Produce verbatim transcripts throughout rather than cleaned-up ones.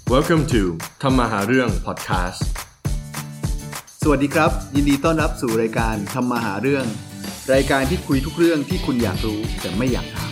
Welcome to ทำมาหาเรื่อง podcast สวัสดีครับยินดีต้อนรับสู่รายการทำมาหาเรื่องรายการที่คุยทุกเรื่องที่คุณอยากรู้แต่ไม่อยากถาม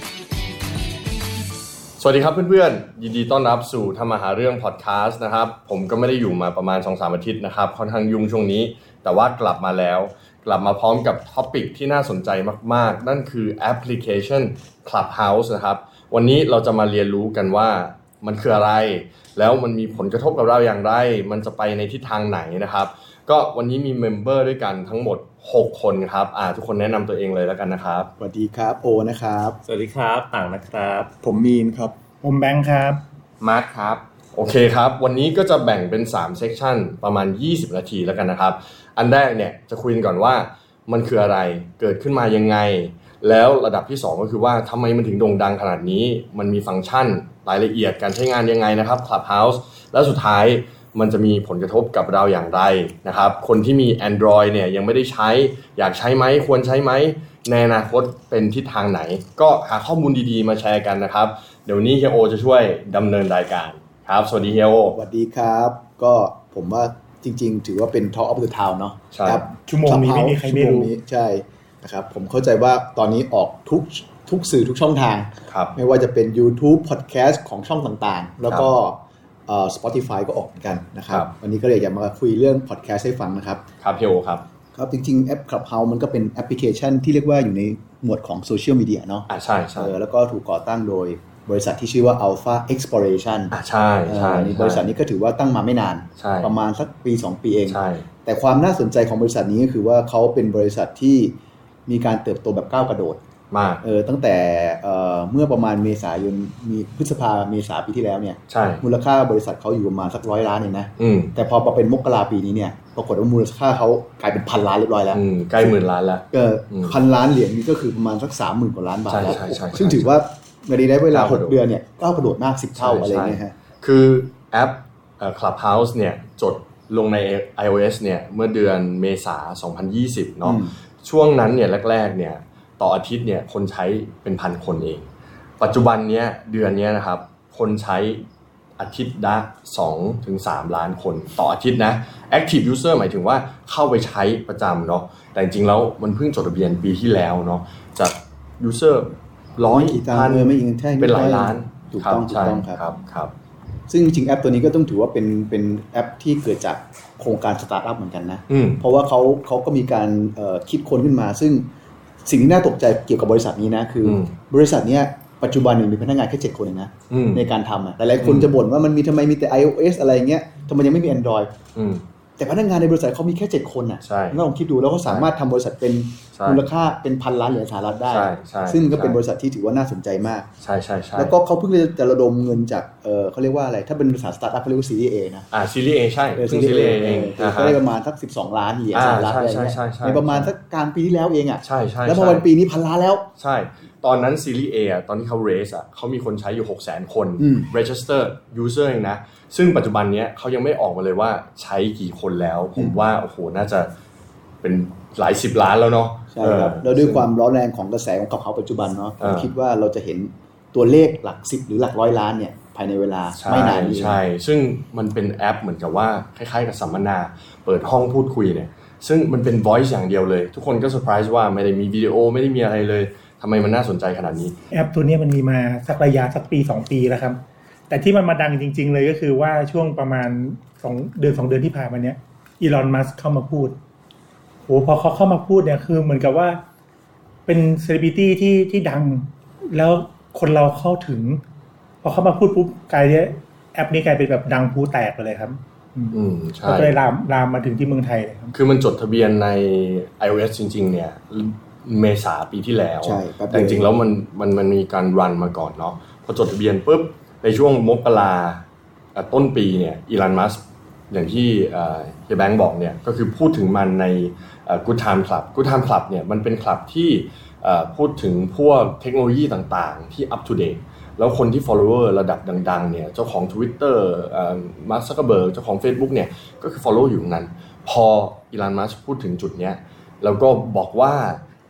สวัสดีครับเพื่อนๆยินดีต้อนรับสู่ทำมาหาเรื่อง podcast นะครับผมก็ไม่ได้อยู่มาประมาณ สองถึงสาม อาทิตย์นะครับค่อนข้างยุ่งช่วงนี้แต่ว่ากลับมาแล้วกลับมาพร้อมกับท็อปิกที่น่าสนใจมากๆนั่นคือแอปพลิเคชัน Clubhouse นะครับวันนี้เราจะมาเรียนรู้กันว่ามันคืออะไรแล้วมันมีผลกระทบกับเราอย่างไรมันจะไปในทิศทางไหนนะครับก็วันนี้มีเมมเบอร์ด้วยกันทั้งหมดหกคนครับอ่าทุกคนแนะนำตัวเองเลยแล้วกันนะครับสวัสดีครับโอนะครับสวัสดีครับต่างนะครับผมมีนครับผมแบงค์ครับมาร์คครับโอเคครับวันนี้ก็จะแบ่งเป็นสามเซกชันประมาณยี่สิบนาทีแล้วกันนะครับอันแรกเนี่ยจะคุยกันก่อนว่ามันคืออะไรเกิดขึ้นมายังไงแล้วระดับที่สองก็คือว่าทำไมมันถึงโด่งดังขนาดนี้มันมีฟังก์ชันรายละเอียดการใช้งานยังไงนะครับ Clubhouse แล้วสุดท้ายมันจะมีผลกระทบกับเราอย่างไรนะครับคนที่มี Android เนี่ยยังไม่ได้ใช้อยากใช้ไหมควรใช้ไหมในอนาคตเป็นทิศทางไหนก็หาข้อมูลดีๆมาแชร์กันนะครับเดี๋ยวนี้เฮียโอจะช่วยดำเนินรายการครับสวัสดีเฮียโอสวัสดีครับก็ผมว่าจริงๆถือว่าเป็น Talk of the Town เนาะครับชั่วโมงนี้ไม่มีใครไม่รู้ใช่นะครับผมเข้าใจว่าตอนนี้ออกทุกทุกสื่อทุกช่องทางไม่ว่าจะเป็น YouTube Podcast ของช่องต่างๆแล้วก็เอ่อ Spotify ก็ออกเหมือนกันนะครับวันนี้ก็เลยอยากมาคุยเรื่อง Podcast ให้ฟังนะครับครับเฮียโอครับครับจริงๆแอป Clubhouse มันก็เป็นแอปพลิเคชันที่เรียกว่าอยู่ในหมวดของโซเชียลมีเดียเนาะอ่าใช่ๆเออแล้วก็ถูกก่อตั้งโดยบริษัทที่ชื่อว่า Alpha Exploration อ่าใช่ๆใช่บริษัทนี้ก็ถือว่าตั้งมาไม่นานประมาณสักปีสองปีเองใช่แต่ความน่าสนใจของบริษัทนี้ก็คือว่าเขาเป็นบริษัทที่มีการเติบโตแบบก้าวกระโดดมากเออตั้งแต่เอ่อเมื่อประมาณเมษายนมีพฤษภาเมษาปีที่แล้วเนี่ยมูลค่าบริษัทเขาอยู่ประมาณสักร้อยล้านเองนะแต่พอมาเป็นมกราปีนี้เนี่ยปรากฏว่ามูลค่าเขากลายเป็นพันล้านเรียบร้อยแล้วใกล้หมื่นล้านแล้วก็พันล้านเหรียญนี่ก็คือประมาณสัก สามหมื่น กว่าล้านบาทแล้วซึ่งถือว่าในระยะเวลาหกเดือนเนี่ยก้าวกระโดดมากสิบเท่าอะไรเงี้ยฮะคือแอป Clubhouse เนี่ยจดลงใน iOS เนี่ยเมื่อเดือนเมษายนสองพันยี่สิบเนาะช่วงนั้นเนี่ยแรกๆเนี่ยต่ออาทิตย์เนี่ยคนใช้เป็นพันคนเองปัจจุบันเนี้ยเดือนนี้นะครับคนใช้อาทิตย์ละสองถึงสามล้านคนต่ออาทิตย์นะ Active User หมายถึงว่าเข้าไปใช้ประจำเนาะแต่จริงๆแล้วมันเพิ่งจดทะเบียนปีที่แล้วเนาะจาก User ร้อยพันเป็นหลายล้านถูกต้องถูกต้องครับครับซึ่งจริงๆแอปตัวนี้ก็ต้องถือว่าเป็นเป็นแอปที่เกิดจากโครงการสตาร์ทอัพเหมือนกันนะเพราะว่าเขาเขาก็มีการคิดค้นขึ้นมาซึ่งสิ่งที่น่าตกใจเกี่ยวกับบริษัทนี้นะคือบริษัทนี้ปัจจุบันมีพนักงานแค่เจ็ดคนเองนะในการทำอ่ะหลายๆคนจะบ่นว่ามันมีทำไมมีแต่ iOS อะไรเงี้ยทำไมยังไม่มี Android แต่พนักงานในบริษัทเขามีแค่เจ็ดคนน่ะลองคิดดูแล้วเขาสามารถทำบริษัทเป็นมูลค่าเป็นพันล้านเหรียญสหรัฐได้ซึ่งก็เป็นบริษัทที่ถือว่าน่าสนใจมากใช่ๆๆแล้วก็เขาเพิ่งจะระดมเงินจากเอ่อเขาเรียกว่าอะไรถ้าเป็นบริษัทสตาร์ทอัพเขาเรียกว่า ซีรีส์ A นะอ่า ซีรีส์ A ใช่ซีรีส์ A เองก็ได้ประมาณสักสิบสองล้านเหรียญสหรัฐอะไรเงี้ยในประมาณสักกลางปีที่แล้วเองอ่ะใช่ๆแล้วพอวันปีนี้พันล้านแล้วใช่ตอนนั้นซีรีส์ A อ่ะตอนที่เขา raise อ่ะเขามีคนใช้อยู่ หกแสน คน register user เองนะซึ่งปัจจุบันเนี้ยเขายังไม่ออกมาเลยว่าใช้กี่คนแล้วผมว่าโอ้โหน่าจะเป็นหลายสิบล้านแล้วเนาะใช่ครับแล้วด้วยความร้อนแรงของกระแสของเขาปัจจุบันเนาะผมคิดว่าเราจะเห็นตัวเลขหลักสิบหรือหลักร้อยล้านเนี่ยภายในเวลาไม่นานนี้ใช่ซึ่งมันเป็นแอปเหมือนกับว่าคล้ายๆกับสัมมนาเปิดห้องพูดคุยเนี่ยซึ่งมันเป็น voice อย่างเดียวเลยทุกคนก็เซอร์ไพรส์ว่าไม่ได้มีวิดีโอไม่ได้มีอะไรเลยทำไมมันน่าสนใจขนาดนี้แอปตัวนี้มันมีมาสักระยะสักปีสองปีแล้วครับแต่ที่มันมาดังจริงๆเลยก็คือว่าช่วงประมาณสองเดือนสองเดือนที่ผ่านมาเนี้ยอีลอนมัสก์เข้ามาพูดโหพอเขาเข้ามาพูดเนี่ยคือเหมือนกับว่าเป็นเซเลบริตี้ที่ที่ดังแล้วคนเราเข้าถึงพอเข้ามาพูดปุ๊บกลายเนี่ยแอปนี้กลายเป็นแบบดังพูแตกไปเลยครับอืมใช่ก็เลยลามลามมาถึงที่เมืองไทยเลยครับคือมันจดทะเบียนใน iOS จริงๆเนี่ยเมษาปีที่แล้วแต่จริงๆแล้วมันมันมันมีการรันมาก่อนเนาะพอจดทะเบียนปุ๊บในช่วงมกราต้นปีเนี่ยอีลอนมัสก์อย่างที่เฮียแบงค์บอกเนี่ยก็คือพูดถึงมันใน Good Time Club Good Time Club เนี่ยมันเป็นคลับที่พูดถึงพวกเทคโนโลยีต่างๆที่ up to date แล้วคนที่ follower ระดับดังๆเนี่ยเจ้าของ Twitter เอ่อ Mark Zuckerberg เจ้าของ Facebook เนี่ยก็คือ follow อยู่ตรงนั้นพออีลอนมัสก์พูดถึงจุดเนี้ยแล้วก็บอกว่า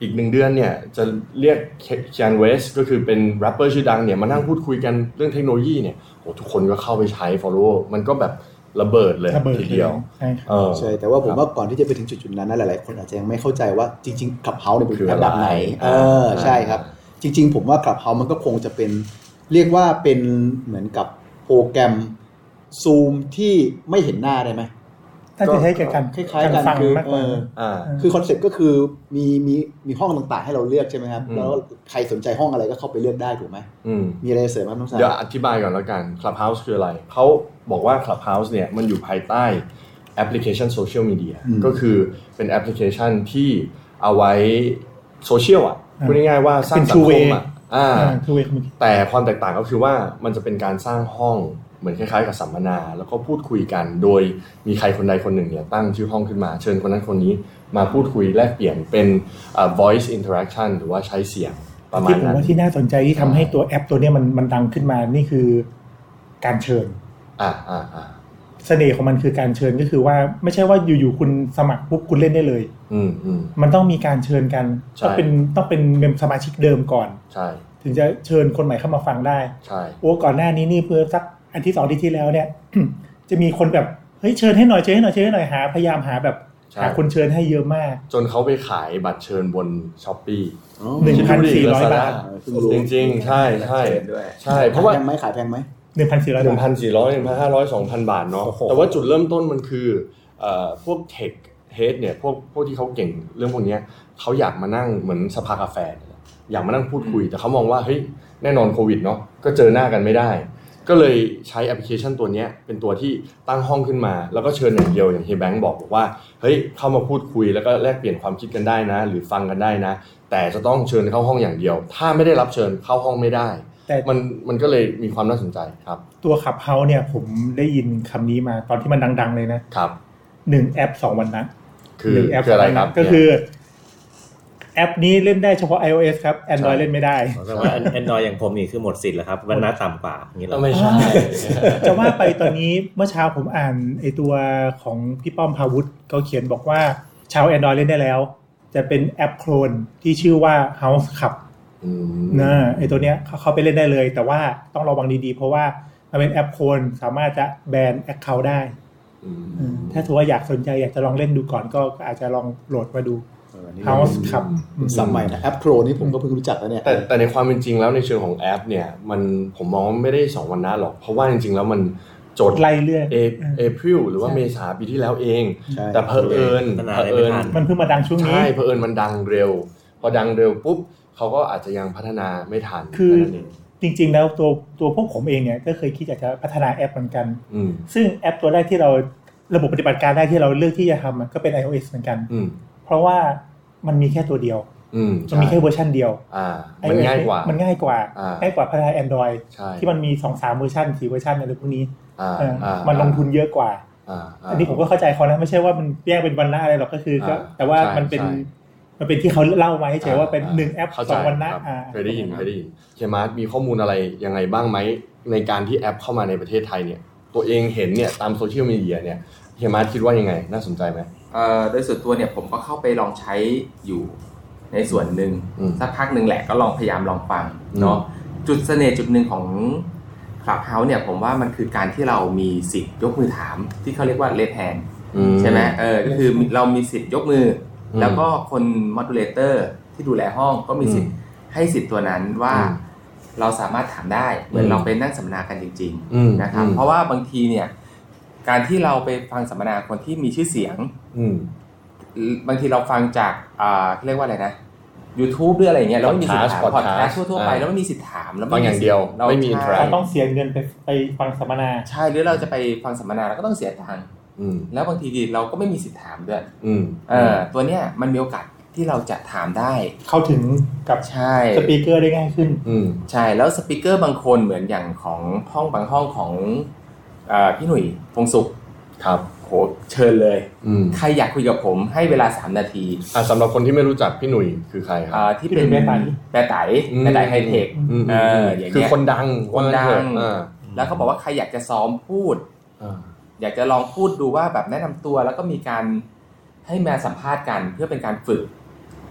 อีกหนึ่งเดือนเนี่ยจะเรียกเคียนเวสก็คือเป็นแรปเปอร์ชื่อดังเนี่ยมานั่งพูดคุยกันเรื่องเทคโนโลยีเนี่ยโอ้ทุกคนก็เข้าไปใช้ follow มันก็แบบระเบิดเลยทีเดียวใช่ครับใช่แต่ว่าผมว่าก่อนที่จะไปถึงจุดๆนั้นนะหลายๆคนอาจจะยังไม่เข้าใจว่าจริงๆ Clubhouse เนี่ยเป็นแบบไหนเออใช่ครับจริงๆผมว่า Clubhouse มันก็คงจะเป็นเรียกว่าเป็นเหมือนกับโปรแกรม Zoom ที่ไม่เห็นหน้าได้ไหมถ้าจะใช้กับการคล้ายๆกันคือเอออ่าคือคอนเซ็ปต์ก็คือมีมีมีห้องต่างๆให้เราเลือกใช่ไหมครับแล้วใครสนใจห้องอะไรก็เข้าไปเลือกได้ถูกไหมมีอะไรเสริมมั้ยน้องสาวเดี๋ยวอธิบายก่อนแล้วกัน Clubhouse คืออะไรเขาบอกว่า Clubhouse เนี่ยมันอยู่ภายใต้แอปพลิเคชันโซเชียลมีเดียก็คือเป็นแอปพลิเคชันที่เอาไว้โซเชียลอ่ะพูดง่ายๆว่าสร้างสังคมอ่ะอ่าแต่ความแตกต่างก็คือว่ามันจะเป็นการสร้างห้องเหมือนคล้ายๆกับสัมมนาแล้วก็พูดคุยกันโดยมีใครคนใดคนหนึ่งเนี่ยตั้งชื่อห้องขึ้นมาเชิญคนนั้นคนนี้มาพูดคุยแลกเปลี่ยนเป็น voice interaction หรือว่าใช้เสียงประมาณนั้นที่ผมว่าที่น่าสนใจที่ทำให้ตัวแอปตัวนี้มันมันดังขึ้นมานี่คือการเชิญอ่าอ่าอ่าเสน่ห์ของมันคือการเชิญก็คือว่าไม่ใช่ว่าอยู่ๆคุณสมัครปุ๊บคุณเล่นได้เลยอืมอืมมันต้องมีการเชิญกันต้องเป็นต้องเป็นเมมสมาชิกเดิมก่อนใช่ถึงจะเชิญคนใหม่เข้ามาฟังได้ใช่โอ้ก่อนหน้านี้นี่เพื่อสักอันที่สองที่ที่แล้วเนี่ย จะมีคนแบบเฮ้ยเชิญให้หน่อยเชิญให้หน่อยเชิญให้หน่อยหาพยายามหาแบบหาคนเชิญให้เยอะมากจนเขาไปขายบัตรเชิญบน Shopee หนึ่งพันสี่ร้อย บาทจริงๆใช่ใช่ใช่เพราะว่าแพงไหมขายแพงไหมหนึ่งพันสี่ร้อยหนึ่งพันสี่ร้อย หนึ่งพันห้าร้อย สองพัน บาทเนาะแต่ว่าจุดเริ่มต้นมันคือเอ่อพวก Tech Head เนี่ยพวกพวกที่เขาเก่งเรื่องพวกนี้เขาอยากมานั่งเหมือนสภากาแฟอยากมานั่งพูดคุยแต่เขามองว่าเฮ้ยแน่นอนโควิดเนาะก็เจอหน้ากันไม่ได้ก็เลยใช้แอปพลิเคชันตัวนี้เป็นตัวที่ตั้งห้องขึ้นมาแล้วก็เชิญอย่างเดียวอย่างเฮียแบงค์บอกบอกว่าเฮ้ยเข้ามาพูดคุยแล้วก็แลกเปลี่ยนความคิดกันได้นะหรือฟังกันได้นะแต่จะต้องเชิญเข้าห้องอย่างเดียวถ้าไม่ได้รับเชิญเข้าห้องไม่ได้แต่มันมันก็เลยมีความน่าสนใจครับตัว Clubhouse เนี่ยผมได้ยินคำนี้มาตอนที่มันดังๆเลยนะครับหนึ่งแอปสองวันนะคือคืออะไรครับก็คือแอปนี้เล่นได้เฉพาะ iOS ครับ Android เล่นไม่ได้แสดงว่า Android อย่างผมนี่คือหมดสิทธิ์แล้วครับวันน่าต่ำกว่าอย่างนี้เหรอไม่ใช่จะว่าไปตอนนี้เมื่อเช้าผมอ่านไอตัวของพี่ป้อมพาวุฒิเขาเขียนบอกว่าชาว Android เล่นได้แล้วจะเป็นแอปโคลนที่ชื่อว่า House Club นะไอตัวเนี้ยเขาไปเล่นได้เลยแต่ว่าต้องระวังดีๆเพราะว่ามันเป็นแอปโคลนสามารถจะแบน account ได้ถ้าถือว่าอยากสนใจอยากจะลองเล่นดูก่อนก็อาจจะลองโหลดมาดูHouse ครับสมัยนะแอปโครนี่ผมก็เพิ่งรู้จักแล้วเนี่ยแต่แต่ในความเป็นจริงแล้วในเชิงของแอปเนี่ยมันผมมองว่าไม่ได้สองวันนะหรอกเพราะว่าจริงๆแล้วมันโจทย์ไล่เรื่อยเอพริลหรือว่าเมษาปีที่แล้วเองแต่เผอิญเผอิญมันเพิ่งมาดังช่วงนี้ใช่เผอิญมันดังเร็วพอดังเร็วปุ๊บเขาก็อาจจะยังพัฒนาไม่ทันคือจริงๆแล้วตัวตัวพวกผมเองเนี่ยก็เคยคิดอยากจะพัฒนาแอปเหมือนกันซึ่งแอปตัวแรกที่เราระบบปฏิบัติการแรกที่เราเลือกที่จะทำก็เป็น iOS เหมือนกันเพราะว่ามันมีแค่ตัวเดียวมันมีแค่เวอร์ชันเดียวมันง่ายกว่ามันง่ายกว่าง่ายกว่าพัฒนา Android ที่มันมี สองถึงสาม เวอร์ชันสี่เวอร์ชันอะไรพวกนี้มันลงทุนเยอะกว่าอันนี้ผมก็เข้าใจเขานะไม่ใช่ว่ามันแยกเป็นวันละอะไรหรอกก็คือแต่ว่ามันเป็นมันเป็นที่เขาเล่ามาให้เฉยว่าเป็นหนึ่งแอปสองวันละเคยได้ยินเคยได้ยินเคมาร์ทมีข้อมูลอะไรยังไงบ้างไหมในการที่แอปเข้ามาในประเทศไทยเนี่ยตัวเองเห็นเนี่ยตามโซเชียลมีเดียเนี่ยเคมาร์ทคิดว่ายังไงน่าสนใจไหมโดยส่วนตัวเนี่ยผมก็เข้าไปลองใช้อยู่ในส่วนหนึ่งสักพักหนึ่งแหละก็ลองพยายามลองฟังเนาะจุดเสน่ห์จุดหนึ่งของ Clubhouse เนี่ยผมว่ามันคือการที่เรามีสิทธิ์ยกมือถามที่เขาเรียกว่า raise hand ใช่ไหมเออก็คือเรามีสิทธิ์ยกมือแล้วก็คน moderator ที่ดูแลห้องก็มีสิทธิ์ให้สิทธิ์ตัวนั้นว่าเราสามารถถามได้เหมือนเราไปนั่งสัมมนากันจริงๆนะครับเพราะว่าบางทีเนี่ยการที่เราไปฟังสัมมนาคนที่มีชื่อเสียงบางทีเราฟังจากอ่าเรียกว่าอะไรนะ YouTube หรืออะไรอย่างเงี้ยเราไม่มีสิทธิ์ถามพอดแคสต์ทั่วๆไปแล้วไม่มีสิทธิ์ถามแล้วฟังอย่างเดียวไม่มีอินเทอร์แอคชั่นต้องเสียเงินไปไปฟังสัมมนาใช่หรือเราจะไปฟังสัมมนาเราก็ต้องเสียตังค์แล้วบางทีเราก็ไม่มีสิทธิ์ถามด้วยเออตัวเนี้ยมันมีโอกาสที่เราจะถามได้เข้าถึงกับใช่สปีกเกอร์ได้ง่ายขึ้นใช่แล้วสปีกเกอร์บางคนเหมือนอย่างของห้องบางห้องของพี่หนุ่ยพงษ์สุขครับโหเชิญเลยใครอยากคุยกับผมให้เวลาสามนาทีอ่ะสำหรับคนที่ไม่รู้จักพี่หนุ่ยคือใครครับอ่าที่เป็นแม่ไต่แม่ไต่แม่ไต่ไฮเทคเอออย่างเงี้ยคือคนดังคนดังแล้วเขาบอกว่าใครอยากจะซ้อมพูดอยากจะลองพูดดูว่าแบบแนะนำตัวแล้วก็มีการให้มาสัมภาษณ์กันเพื่อเป็นการฝึก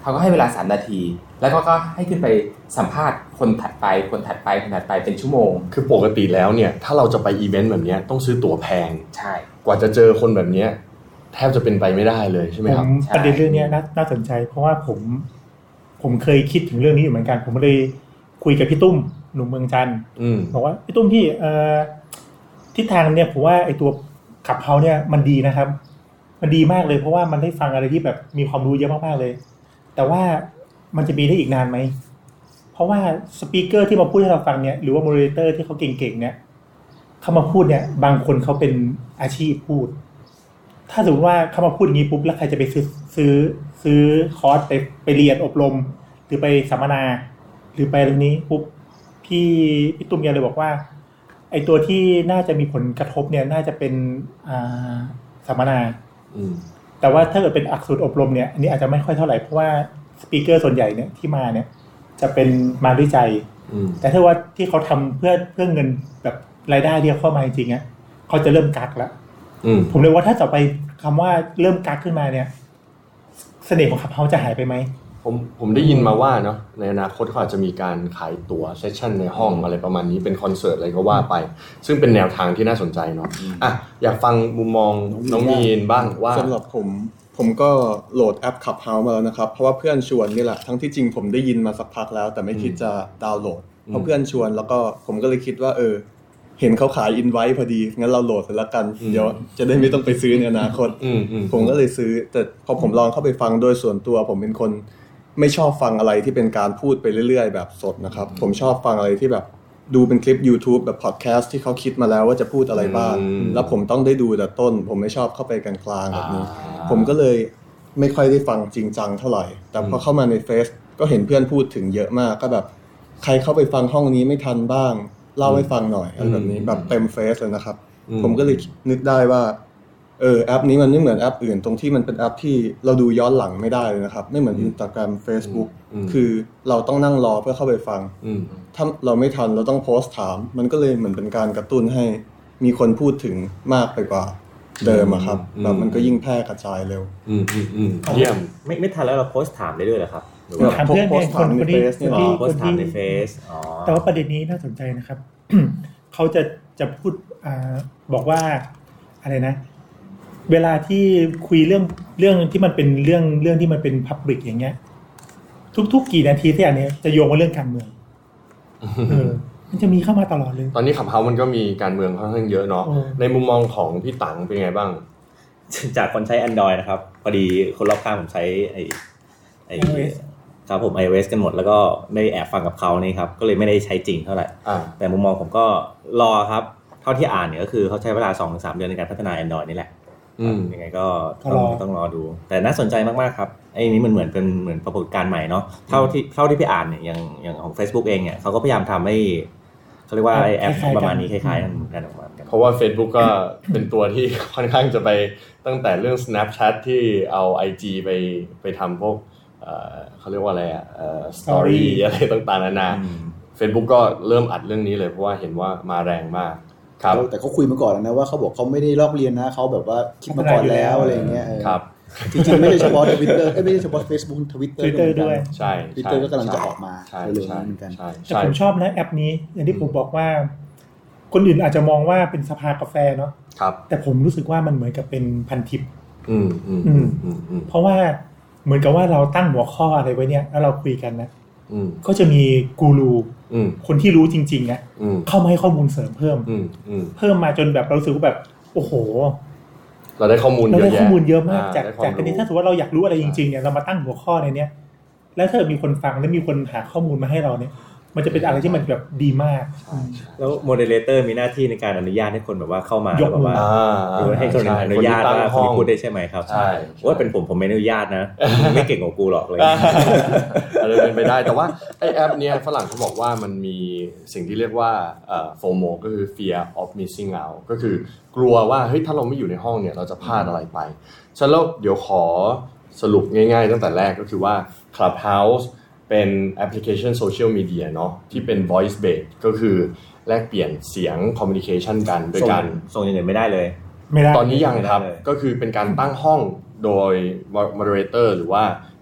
เขาก็ให้เวลาสามนาทีแล้วก็ก็ให้ขึ้นไปสัมภาษณ์คนถัดไปคนถัดไปคนถัดไปเป็นชั่วโมงคือปกติแล้วเนี่ยถ้าเราจะไปอีเวนต์แบบนี้ต้องซื้อตั๋วแพงใช่กว่าจะเจอคนแบบนี้แทบจะเป็นไปไม่ได้เลยใช่ไหมครับประเด็นเรื่องนี้น่าสนใจเพราะว่าผมผมเคยคิดถึงเรื่องนี้อยู่เหมือนกันผมเลยคุยกับพี่ตุ้มหนุ่มเมืองจันทร์บอกว่าพี่ตุ้มพี่เอ่อทิศทางเนี่ยผมว่าไอ้ตัวขับเฮาเนี่ยมันดีนะครับมันดีมากเลยเพราะว่ามันได้ฟังอะไรที่แบบมีความรู้เยอะมากๆเลยแต่ว่ามันจะมีได้อีกนานไหมเพราะว่าสปีกเกอร์ที่มาพูดให้เราฟังเนี่ยหรือว่าโมเดเลเตอร์ที่เขาเก่งๆเนี่ยเขามาพูดเนี่ยบางคนเขาเป็นอาชีพพูดถ้าสมมติว่าเขามาพูดอย่างนี้ปุ๊บแล้วใครจะไปซื้อซื้อซื้อคอร์สไปไปเรียนอบรมหรือไปสัมมนาหรือไปเรื่องนี้ปุ๊บพี่พี่ตุ้มยังเลยบอกว่าไอตัวที่น่าจะมีผลกระทบเนี่ยน่าจะเป็นอ่าสัมมนาแต่ว่าถ้าเกิดเป็นอักสูตรอบรมเนี่ยอันนี้อาจจะไม่ค่อยเท่าไหร่เพราะว่าสปีกเกอร์ส่วนใหญ่เนี่ยที่มาเนี่ยจะเป็นมาด้วยใจแต่ถ้าว่าที่เขาทำเพื่อเพื่อเงินแบบรายได้เดียวเข้ามาจริงๆอ่ะเขาจะเริ่มกักแล้วผมเลยว่าถ้าต่อไปคำว่าเริ่มกักขึ้นมาเนี่ยเสน่ห์ของขับเฮาจะหายไปไหมผมผมได้ยินมาว่าเนาะในอนาคตเขาอาจจะมีการขายตั๋วเซสชั่นในห้องอะไรประมาณนี้เป็นคอนเสิร์ตอะไรก็ว่าไปซึ่งเป็นแนวทางที่น่าสนใจเนาะอ่ะอยากฟังมุมมองน้องมีนบ้างว่าสำหรับผมผมก็โหลดแอป Clubhouse มาแล้วนะครับเพราะว่าเพื่อนชวนนี่แหละทั้งที่จริงผมได้ยินมาสักพักแล้วแต่ไม่คิดจะดาวน์โหลดเพราะเพื่อนชวนแล้วก็ผมก็เลยคิดว่าเออเห็นเขาขายอินไวท์พอดีงั้นเราโหลดเลยละกันเดี๋ยวจะได้ไม่ต้องไปซื้อในอนาคตผมก็เลยซื้อแต่พอผมลองเข้าไปฟังโดยส่วนตัวผมเป็นคนไม่ชอบฟังอะไรที่เป็นการพูดไปเรื่อยๆแบบสดนะครับผมชอบฟังอะไรที่แบบดูเป็นคลิป YouTube แบบพอดแคสต์ที่เขาคิดมาแล้วว่าจะพูดอะไรบ้างแล้วผมต้องได้ดูแต่ต้นผมไม่ชอบเข้าไปกลางๆแบบนี้ผมก็เลยไม่ค่อยได้ฟังจริงจังเท่าไหร่แต่พอเข้ามาในเฟซก็เห็นเพื่อนพูดถึงเยอะมากก็แบบใครเข้าไปฟังห้องนี้ไม่ทันบ้างเล่าให้ฟังหน่อยอะไรแบบนี้แบบเต็มเฟซเลยนะครับผมก็เลยนึกได้ว่าเออแอปนี้มันไม่เหมือนแอปอื่นตรงที่มันเป็นแอปที่เราดูย้อนหลังไม่ได้เลยนะครับไม่เหมือน Instagram Facebook คือเราต้องนั่งรอเพื่อเข้าไปฟังถ้าเราไม่ทันเราต้องโพสต์ถามมันก็เลยเหมือนเป็นการกระตุ้นให้มีคนพูดถึงมากไปกว่าเดิมอะครับแบบมันก็ยิ่งแพร่กระจายเร็วอืมอืมเยี่ยมไม่ไม่ทันแล้วเราโพสต์ถามได้ด้วยเหรอครับหรือว่าถามเพื่อนคนคนที่โพสต์ถามในเฟซแต่ว่าประเด็นนี้น่าสนใจนะครับ เขาจะจะพูดอ่าบอกว่าอะไรนะเวลาที่คุยเรื่องเรื่องที่มันเป็นเรื่องเรื่องที่มันเป็นพับลิกอย่างเงี้ยทุกๆกี่นาทีที่อันนี้จะโยงมาเรื่องการเมืองเออมันจะมีเข้ามาตลอดเลยตอนนี้ขับเฮามันก็มีการเมืองค่อนข้างเยอะเนาะในมุมมองของพี่ตังเป็นไงบ้างจากคนใช้ Android นะครับพอดีคนรอบข้างผมใช้ไอ้ไอ้ครับผม iOS กันหมดแล้วก็ไม่แอบฟังกับเขานี่ครับก็เลยไม่ได้ใช้จริงเท่าไหร่แต่มุมมองผมก็รอครับเท่าที่อ่านเนี่ยก็คือเขาใช้เวลา สองถึงสาม เดือนในการพัฒนา Android นี่แหละยังไงก็ต้องต้องรอดูแต่น่าสนใจมากๆครับไอ้นี้มันเหมือนเป็นเหมือนปรากฏการณ์ใหม่เนาะเท่าที่เท่าที่พี่อ่านเนี่ยอย่างอย่างของ Facebook เองเนี่ยเขาก็พยายามทำให้เขาเรียกว่าไอ้แอปประมาณนี้คล้ายๆกันกันออกมาเพราะว่า Facebook ก็เป็นตัวที่ค่อนข้างจะไปตั้งแต่เรื่อง Snapchat ที่เอา ไอ จี ไปไปทำพวกเอ่อเขาเรียกว่าอะไรอ่ะเอ่อ Story อะไรต่างๆนานา Facebook ก็เริ่มอัดเรื่องนี้เลยเพราะว่าเห็นว่ามาแรงมากแต่เขาคุยมาก่อนนะว่าเขาบอกเขาไม่ได้ลอกเรียนนะเขาแบบว่าคิดมาก่อนแล้วอะไรอย่างเงี้ยครับจริงๆไม่ใช่เฉพาะ Twitter เอ้ยไม่ใช่เฉพาะ Facebook Twitter ด้วยใช่ Twitter ก็กำลังจะออกมาเร็วๆเหมือนกันแต่ผมชอบนะแอปนี้อย่างที่ผมบอกว่าคนอื่นอาจจะมองว่าเป็นสภากาแฟเนาะแต่ผมรู้สึกว่ามันเหมือนกับเป็นพันทิปอืมอืมอืมเพราะว่าเหมือนกับว่าเราตั้งหัวข้ออะไรไว้เนี่ยแล้วเราคุยกันนะก็จะมีกูรูคนที่รู้จริงๆอ่ะเข้ามาให้ข้อมูลเสริมเพิ่มเพิ่มมาจนแบบเรารู้สึกว่าแบบโอ้โหเราได้ข้อมูลเยอะแยะเราได้ข้อมูลเยอะมากจากจากการที่ถ้าสมมติว่าเราอยากรู้อะไรจริงๆเนี่ยเรามาตั้งหัวข้อในเนี้ยแล้วถ้ามีคนฟังและมีคนหาข้อมูลมาให้เราเนี่ยมันจะเป็นอะไรที่มันแบบดีมากแล้วโมเดเลเตอร์มีหน้าที่ในการอนุญาตให้คนแบบว่าเข้ามาแบบว่าให้คนอนุญาตว่าคนพูดได้ใช่ไหมครับใช่ว่าเป็นผมผมไม่อนุญาตนะไม่เก่งกว่ากูหรอกเลยอะไรเป็นไปได้แต่ว่าไอ้แอปเนี้ยฝรั่งเขาบอกว่ามันมีสิ่งที่เรียกว่าเอ่อ โฟโม ก็คือ fear of missing out ก็คือกลัวว่าเฮ้ยถ้าเราไม่อยู่ในห้องเนี่ยเราจะพลาดอะไรไปฉะนั้นแล้วเดี๋ยวขอสรุปง่ายๆตั้งแต่แรกก็คือว่า Clubhouseเป็นแอปพลิเคชันโซเชียลมีเดียเนาะที่เป็น voice based ก็คือแลกเปลี่ยนเสียง communication กันโดยการส่งอย่างอื่นไม่ได้เลยตอนนี้ยังครับก็คือเป็นการตั้งห้องโดย moderator หรือว่า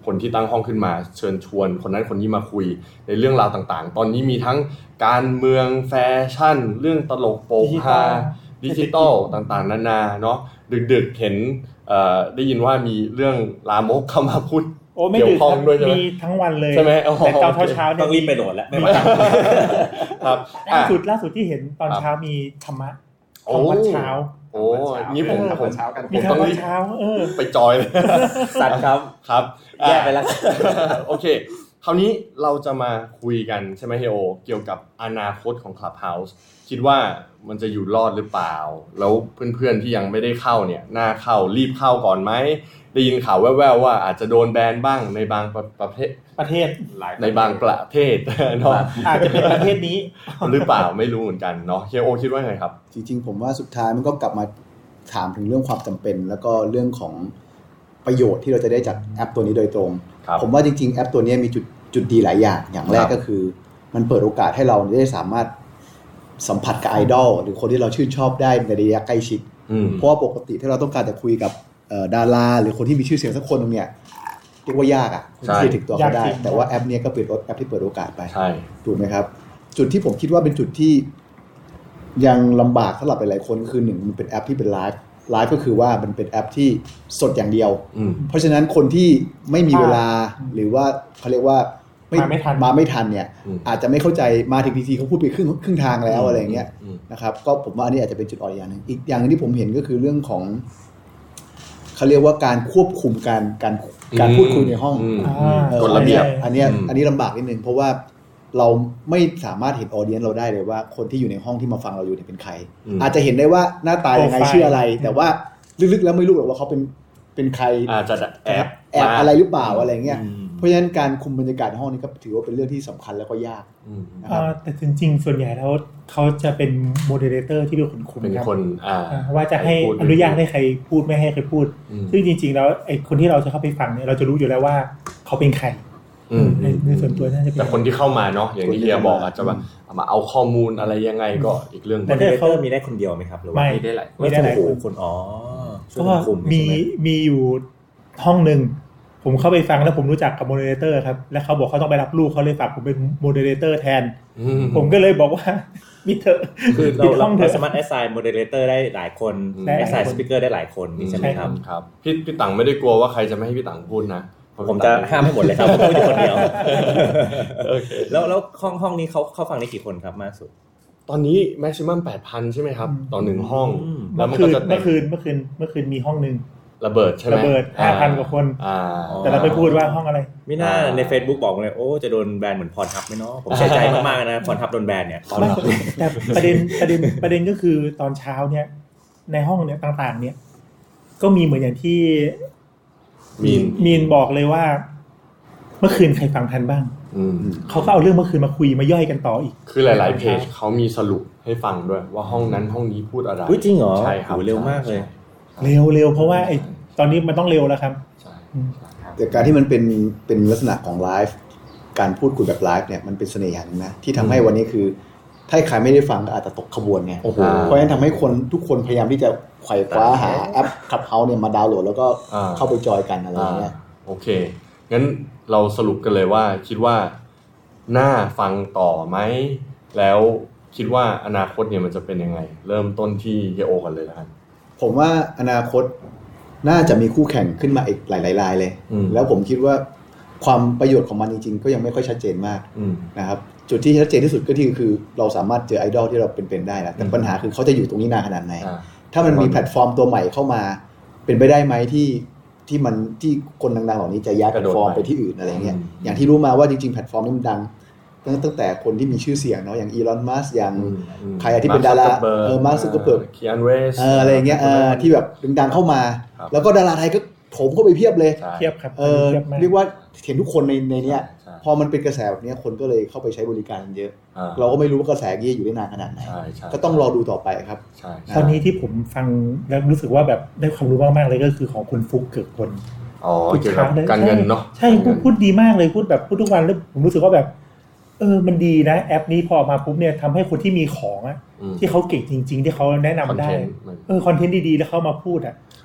คนที่ตั้งห้องขึ้นมาเชิญชวนคนนั้นคนนี้มาคุยในเรื่องราวต่างๆตอนนี้มีทั้งการเมืองแฟชั่นเรื่องตลกโปกฮาดิจิตอลต่างๆนานาเนาะดึกๆเห็นเอ่อได้ยินว่ามีเรื่องลามกเข้ามาพูดเกี่ยวข้องด้วยใช่ไหมมีทั้งวันเลยใช่ไหมแต่ตอนเช้าๆเนี่ยต้องรีบไปโหลดแล้วไม่ไหวครับล่าสุดล่าสุดที่เห็นตอนเช้ามีธรรมะของวัดเช้าโอ้งี้ผมผมมีธรรมะเช้าเออไปจอยเลยสัตว์ครับครับแยกไปแล้วโอเคคราวนี้เราจะมาคุยกันใช่ไหมเฮโอเกี่ยวกับอนาคตของ Clubhouse คิดว่ามันจะอยู่รอดหรือเปล่าแล้วเพื่อนๆที่ยังไม่ได้เข้าเนี่ยน่าเข้ารีบเข้าก่อนไหมได้ยินข่าวแว่วๆว่าอาจจะโดนแบนบ้างในบางประเทศประเทศในบางประเทศเนาะอาจจะเป็นประเทศนี้หรือเปล่าไม่รู้เหมือนกันเนาะเฮโอคิดว่าไงครับจริงๆผมว่าสุดท้ายมันก็กลับมาถามถึงเรื่องความจำเป็นแล้วก็เรื่องของประโยชน์ที่เราจะได้จากแอปตัวนี้โดยตรงผมว่าจริงๆแอปตัวนี้มีจุดจุดดีหลายอย่างอย่างแรกก็คือมันเปิดโอกาสให้เราได้สามารถสัมผัสกับไอดอลหรือคนที่เราชื่นชอบได้ในระยะใกล้ชิดเพราะว่าปกติถ้าเราต้องการจะคุยกับดาราหรือคนที่มีชื่อเสียงสักคนนึงเนี่ยเรียกว่ายากอ่ะที่จะถึงตัวเขาได้แต่ว่าแอปนี้ก็เป็นแอปที่เปิดโอกาสไปถูกไหมครับจุดที่ผมคิดว่าเป็นจุดที่ยังลำบากสำหรับหลายๆคนคือหนึ่งมันเป็นแอปที่เป็นไลฟ์ไลฟ์ก็คือว่ามันเป็นแอปที่สดอย่างเดียวเพราะฉะนั้นคนที่ไม่มีเวลาหรือว่าเขาเรียกว่ามาไม่ทันมาไม่ทันเนี่ยอาจจะไม่เข้าใจมาถึงทีๆเขาพูดไปครึ่งครึ่งทางแล้วอะไรเงี้ยนะครับก็ผมว่าอันนี้อาจจะเป็นจุดอ่อนอย่างนึงอีกอย่างนึงที่ผมเห็นก็คือเรื่องของเขาเรียกว่าการควบคุมการการการพูดคุยในห้องกฎระเบียบอันนี้อันนี้ลำบากนิดนึงเพราะว่าเราไม่สามารถเห็นออเดียนเราได้เลยว่าคนที่อยู่ในห้องที่มาฟังเราอยู่เนี่ยเป็นใครอาจจะเห็นได้ว่าหน้าตายังไงชื่ออะไรแต่ว่าลึกๆแล้วไม่รู้หรอกว่าเขาเป็นเป็นใครอาจจะแอบแอบอะไรหรือเปล่าอะไรเงี้ยเพราะฉะนั้นการคุมบรรยากาศในห้องนี้ก็ถือว่าเป็นเรื่องที่สำคัญแล้วก็ยากนะครับแต่จริงๆส่วนใหญ่แล้วเขาจะเป็นโมเดเลเตอร์ที่เป็นคนคุมเป็นคนว่าจะให้อนุญาตให้ใครพูดไม่ให้ใครพูดซึ่งจริงๆแล้วไอ้คนที่เราจะเข้าไปฟังเนี่ยเราจะรู้อยู่แล้วว่าเขาเป็นใครในส่วนตัวน่าจะเป็นแต่คนที่เข้ามาเนาะอย่างที่เฮียบอกอาจจะแบบมาเอาข้อมูลอะไรยังไงก็อีกเรื่องแต่เขามีได้คนเดียวไหมครับหรือว่ามีได้หลายมีได้หลายคนอ๋อก็มีมีอยู่ห้องนึงผมเข้าไปฟังแล้วผมรู้จักกับโมเดเลเตอร์ครับแล้วเขาบอกเขาต้องไปรับลูกเขาเลยฝากผมเป็นโมเดเลเตอร์แทนผมก็เลยบอกว่ามิเถอะคือเราเราสามารถ assign moderator ได้หลายคน assign speaker ได้หลายคนใช่ไหมครับครับพี่พี่ตังไม่ได้กลัวว่าใครจะไม่ให้พี่ตังพูดนะผมจะห้ามให้หมดเลยครับผมพูดอยู่คนเดียวแล้วแล้วห้องห้องนี้เขาเขาฟังได้กี่คนครับมากสุดตอนนี้ maximum แปดพัน ใช่ไหมครับต่อหนึ่งห้องแล้วมันก็จะเมื่อคืนเมื่อคืนเมื่อคืนมีห้องนึงระเบิดใช่ไหมระเบิด ห้าพัน กว่าคนแต่เราไปพูดว่าห้องอะไรไม่น่าใน Facebook บอกเลยโอ้จะโดนแบนเหมือนพรทับมั้ยเนาะผมเสียใจมากๆนะพรทับโดนแบนเนี่ยแต่ประเด็นประเด็นประเด็นก็คือตอนเช้าเนี่ยในห้องเนี่ยต่างๆเนี่ยก็มีเหมือนอย่างที่มีนมีนบอกเลยว่าเมื่อคืนใครฟังทันบ้างเขาก็เอาเรื่องเมื่อคืนมาคุยมาย่อยกันต่ออีกคือหลายๆเพจเขามีสรุปให้ฟังด้วยว่าห้องนั้นห้องนี้พูดอะไรจริงเหรอใช่ครับเร็วมากเลยเร็วเร็วเพราะว่าไอ้ตอนนี้มันต้องเร็วแล้วครับแต่การที่มันเป็นเป็นลักษณะของไลฟ์การพูดคุยแบบไลฟ์เนี่ยมันเป็นเสน่ห์อย่างนึงนะที่ทำให้วันนี้คือถ้าใครไม่ได้ฟังก็อาจจะตกขบวนไงเพราะฉะนั้นทำให้คนทุกคนพยายามที่จะไขว่คว้าหาแอป Clubhouse เนี่ยมาดาวน์โหลดแล้วก็เข้าไปจอยกันอะไรอย่างเงี้ยโอเคงั้นเราสรุปกันเลยว่าคิดว่าน่าฟังต่อไหมแล้วคิดว่าอนาคตเนี่ยมันจะเป็นยังไงเริ่มต้นที่เฮียโอกันเลยนะครับผมว่าอนาคตน่าจะมีคู่แข่งขึ้นมาอีกหลายๆรายเลยแล้วผมคิดว่าความประโยชน์ของมันจริงๆก็ยังไม่ค่อยชัดเจนมากนะครับจุดที่ชัดเจนที่สุดก็คือคือเราสามารถเจอไอดอลที่เราเป็นๆได้นะแต่ปัญหาคือเขาจะอยู่ตรงนี้นานขนาดไหนถ้ามันมีแพลตฟอร์มตัวใหม่เข้ามาเป็นไปได้ไหมที่ที่มันที่คนดังๆเหล่านี้จะย้ายแพลตฟอร์มไปที่อื่นอะไรเงี้ยอย่างที่รู้มาว่าจริงๆแพลตฟอร์มนี้มันดังตั้งแต่คนที่มีชื่อเสียงเนาะอย่างอีลอนมัสก์อย่างใครที่เป็นดาราเออมาร์ค ซักเคอร์เบิร์กคีอานู เรฟส์เอออะไรอย่างเงี้ยเออที่แบบดังๆเข้ามาแล้วก็ดาราไทยก็โถมเข้าไปเพียบเลยเพียบครับเออเรียกว่าเห็นทุกคนในในเนี้ยพอมันเป็นกระแสแบบนี้คนก็เลยเข้าไปใช้บริการเยอะเราก็ไม่รู้ว่ากระแสนี้อยู่ได้นานขนาดไหนก็ต้องรอดูต่อไปครับตอนนี้ที่ผมฟังแล้วรู้สึกว่าแบบได้ความรู้มากๆเลยก็คือของคุณฟุกเกิดผลอ๋อเกี่ยวกับการเงินเนาะใช่พูดดีมากเลยพูดแบบพูดทุกวันแล้วผมรู้สึกว่าแบบเออมันดีนะแอปนี้พอมาปุ๊บเนี่ยทำให้คนที่มีของอ่ะที่เขาเก่งจริงๆที่เขาแนะนำได้เออคอนเทนต์ดีๆแล้วเขามาพูดอ่ะ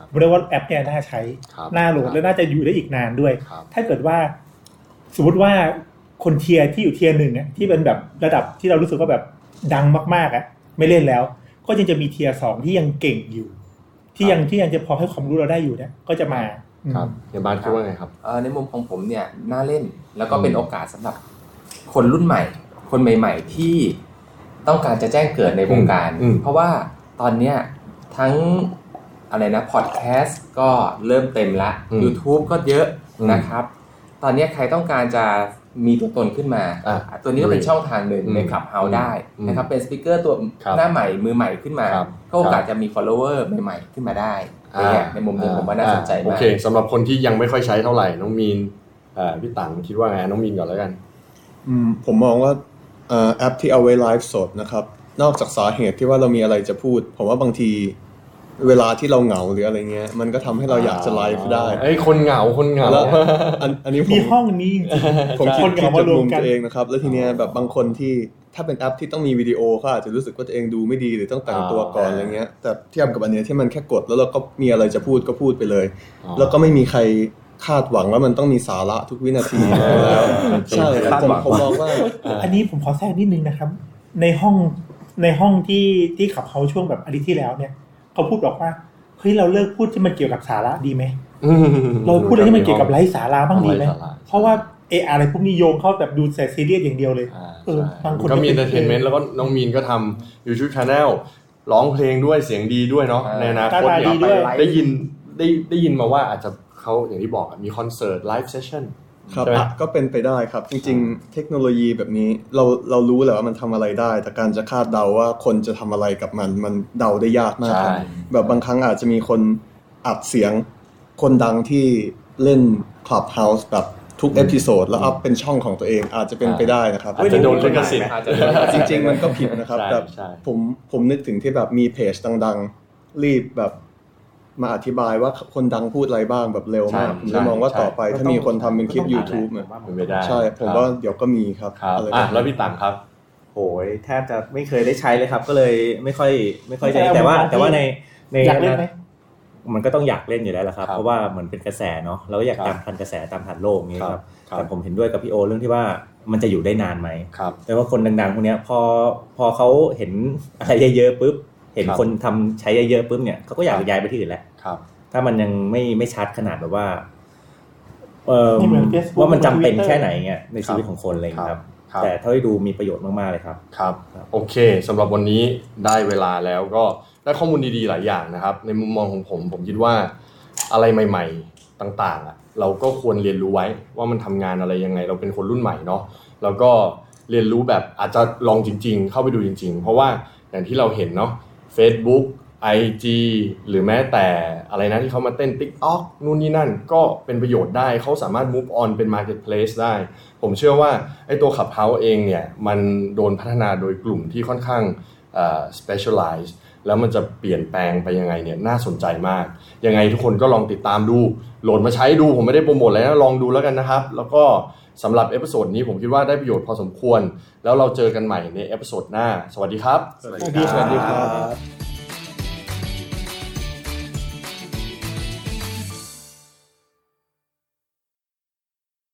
ผมเรียกว่าแอปเนี่ยน่าใช้น่าโหลดและน่าจะอยู่ได้อีกนานด้วยถ้าเกิดว่าสมมติว่าคนเทียร์ที่อยู่เทียร์หนึ่งอ่ะที่เป็นแบบระดับที่เรารู้สึกว่าแบบดังมากๆอ่ะไม่เล่นแล้วก็ยังจะมีเทียร์สองที่ยังเก่งอยู่ที่ยังที่ยังจะพอให้ความรู้เราได้อยู่เนี่ยก็จะมาครับเฮียบาสคิดว่าไงครับในมุมของผมเนี่ยน่าเล่นแล้วก็เป็นโอกาสสำหรับคนรุ่นใหม่คนใหม่ๆที่ต้องการจะแจ้งเกิดในวงการเพราะว่าตอนเนี้ยทั้งอะไรนะพอดแคสต์ก็เริ่มเต็มละ YouTube ก็เยอะนะครับตอนนี้ใครต้องการจะมีตัวตนขึ้นมาตัวนี้ก็เป็นช่องทางหนึ่งใน Clubhouse ได้นะครับเป็นสปีกเกอร์ตัวหน้าใหม่มือใหม่ขึ้นมาก็โอกาสจะมี follower ใหม่ๆขึ้นมาได้ในมุมนึงผมว่าน่าสนใจมากโอเคสำหรับคนที่ยังไม่ค่อยใช้เท่าไหร่น้องมีนพี่ตังคิดว่าไงน้องมีนก่อนแล้วกันผมมองว่าแอปที่เอาไว้ไลฟ์สดนะครับนอกจากสาเหตุที่ว่าเรามีอะไรจะพูดผมว่าบางทีเวลาที่เราเหงาหรืออะไรเงี้ยมันก็ทำให้เราอยากจะไลฟ์ได้ไอ้คนเหงาคนเหงาอันอันนี้มีห้องนี้จริงๆผมคิดจากมุมตัวเองนะครับแล้วทีเนี้ยแบบบางคนที่ถ้าเป็นแอปที่ต้องมีวิดีโอเขาอาจจะรู้สึกว่าตัวเองดูไม่ดีหรือต้องแต่งตัวก่อนอะไรเงี้ยแต่เทียบกับอันเนี้ยที่มันแค่กดแล้วเราก็มีอะไรจะพูดก็พูดไปเลยแล้วก็ไม่มีใครคาดหวังว่ามันต้องมีสาระทุกวินาทีแล้วใช่ผมผมมองว่าอันนี้ผมขอแทรกนิดนึงนะครับในห้องในห้องที่ที่ขับเขาช่วงแบบอาทิตย์ที่แล้วเนี่ยเขาพูดบอกว่าเฮ้ยเราเลิกพูดที่มันเกี่ยวกับสาระดีไหมเราพูดอะไรที่มันเกี่ยวกับไร้สาระบ้างดีไหมเพราะว่าเอออะไรพวกนี้โยงเข้าแบบดูแต่ซีเรียสอย่างเดียวเลยเออบางคนก็มีเอนเตอร์เทนเมนต์แล้วก็น้องมีนก็ทำ YouTube Channel ร้องเพลงด้วยเสียงดีด้วยเนาะในอนาคตได้ยินได้ได้ยินมาว่าอาจจะเขาอย่างที่บอกมีคอนเสิร์ตไลฟ์เซสชั่นครับก็เป็นไปได้ครับจริงๆเทคโนโลยีแบบนี้เราเรารู้แหละว่ามันทำอะไรได้แต่การจะคาดเดาว่าคนจะทำอะไรกับมันมันเดาได้ยากมากครับแบบบางครั้งอาจจะมีคนอัดเสียงคนดังที่เล่น Clubhouse แบบทุกเอพิโซดแล้วอัพเป็นช่องของตัวเองอาจจะเป็นไปได้นะครับอาจจะโดนลิขสิทธิ์จริงๆมันก็ผิดนะครับแต่ผมผมนึกถึงที่แบบมีเพจดังๆรีบแบบมาอธิบายว่าคนดังพูดอะไรบ้างแบบเร็วมากผมจะมองว่าต่อไปถ้ามีคนทำเป็นคลิป YouTube เนี่ยใช่ผมว่าเดี๋ยวก็มีครับอะไรอ่ะแล้วพี่ตังครับโหยแทบจะไม่เคยได้ใช้เลยครับก็เลยไม่ค่อยไม่ค่อยจะแต่ว่าแต่ว่าในในอยากเล่นไหมมันก็ต้องอยากเล่นอยู่แล้วแหละครับเพราะว่าเหมือนเป็นกระแสเนาะเราก็อยากตามทันกระแสตามทันโลกนี้ครับแต่ผมเห็นด้วยกับพี่โอเรื่องที่ว่ามันจะอยู่ได้นานไหมแต่ว่าคนดังๆพวกนี้พอพอเขาเห็นอะไรเยอะๆปุ๊บเห็นคนทำใช้เยอะๆปุ๊บเนี่ยเขาก็อยากย้ายไปที่อื่นแหละถ้ามันยังไม่ไม่ชัดขนาดแบบว่าเออว่ามันจำเป็นแค่ไหนเงี้ยในชีวิตของคนอะไรครับแต่เท่าที่ดูมีประโยชน์มากๆเลยครับครับโอเคสำหรับวันนี้ได้เวลาแล้วก็ได้ข้อมูลดีๆหลายอย่างนะครับในมุมมองของผมผมคิดว่าอะไรใหม่ๆต่างๆอ่ะเราก็ควรเรียนรู้ไว้ว่ามันทำงานอะไรยังไงเราเป็นคนรุ่นใหม่เนาะแล้วก็เรียนรู้แบบอาจจะลองจริงๆเข้าไปดูจริงๆเพราะว่าอย่างที่เราเห็นเนาะ Facebook ไอ จี หรือแม้แต่อะไรนะที่เขามาเต้น TikTok นู่นนี่นั่นก็เป็นประโยชน์ได้เขาสามารถ move on เป็น marketplace ได้ผมเชื่อว่าไอ้ตัว Clubhouse เองเนี่ยมันโดนพัฒนาโดยกลุ่มที่ค่อนข้างเอ่อ specialize แล้วมันจะเปลี่ยนแปลงไปยังไงเนี่ยน่าสนใจมากยังไงทุกคนก็ลองติดตามดูโหลดมาใช้ดูผมไม่ได้โปรโมทอะไรนะลองดูแล้วกันนะครับแล้วก็สำหรับเอพิโซดนี้ผมคิดว่าได้ประโยชน์พอสมควรแล้วเราเจอกันใหม่ในเอพิโซดหน้าสวัสดีครับสวัสดีครับ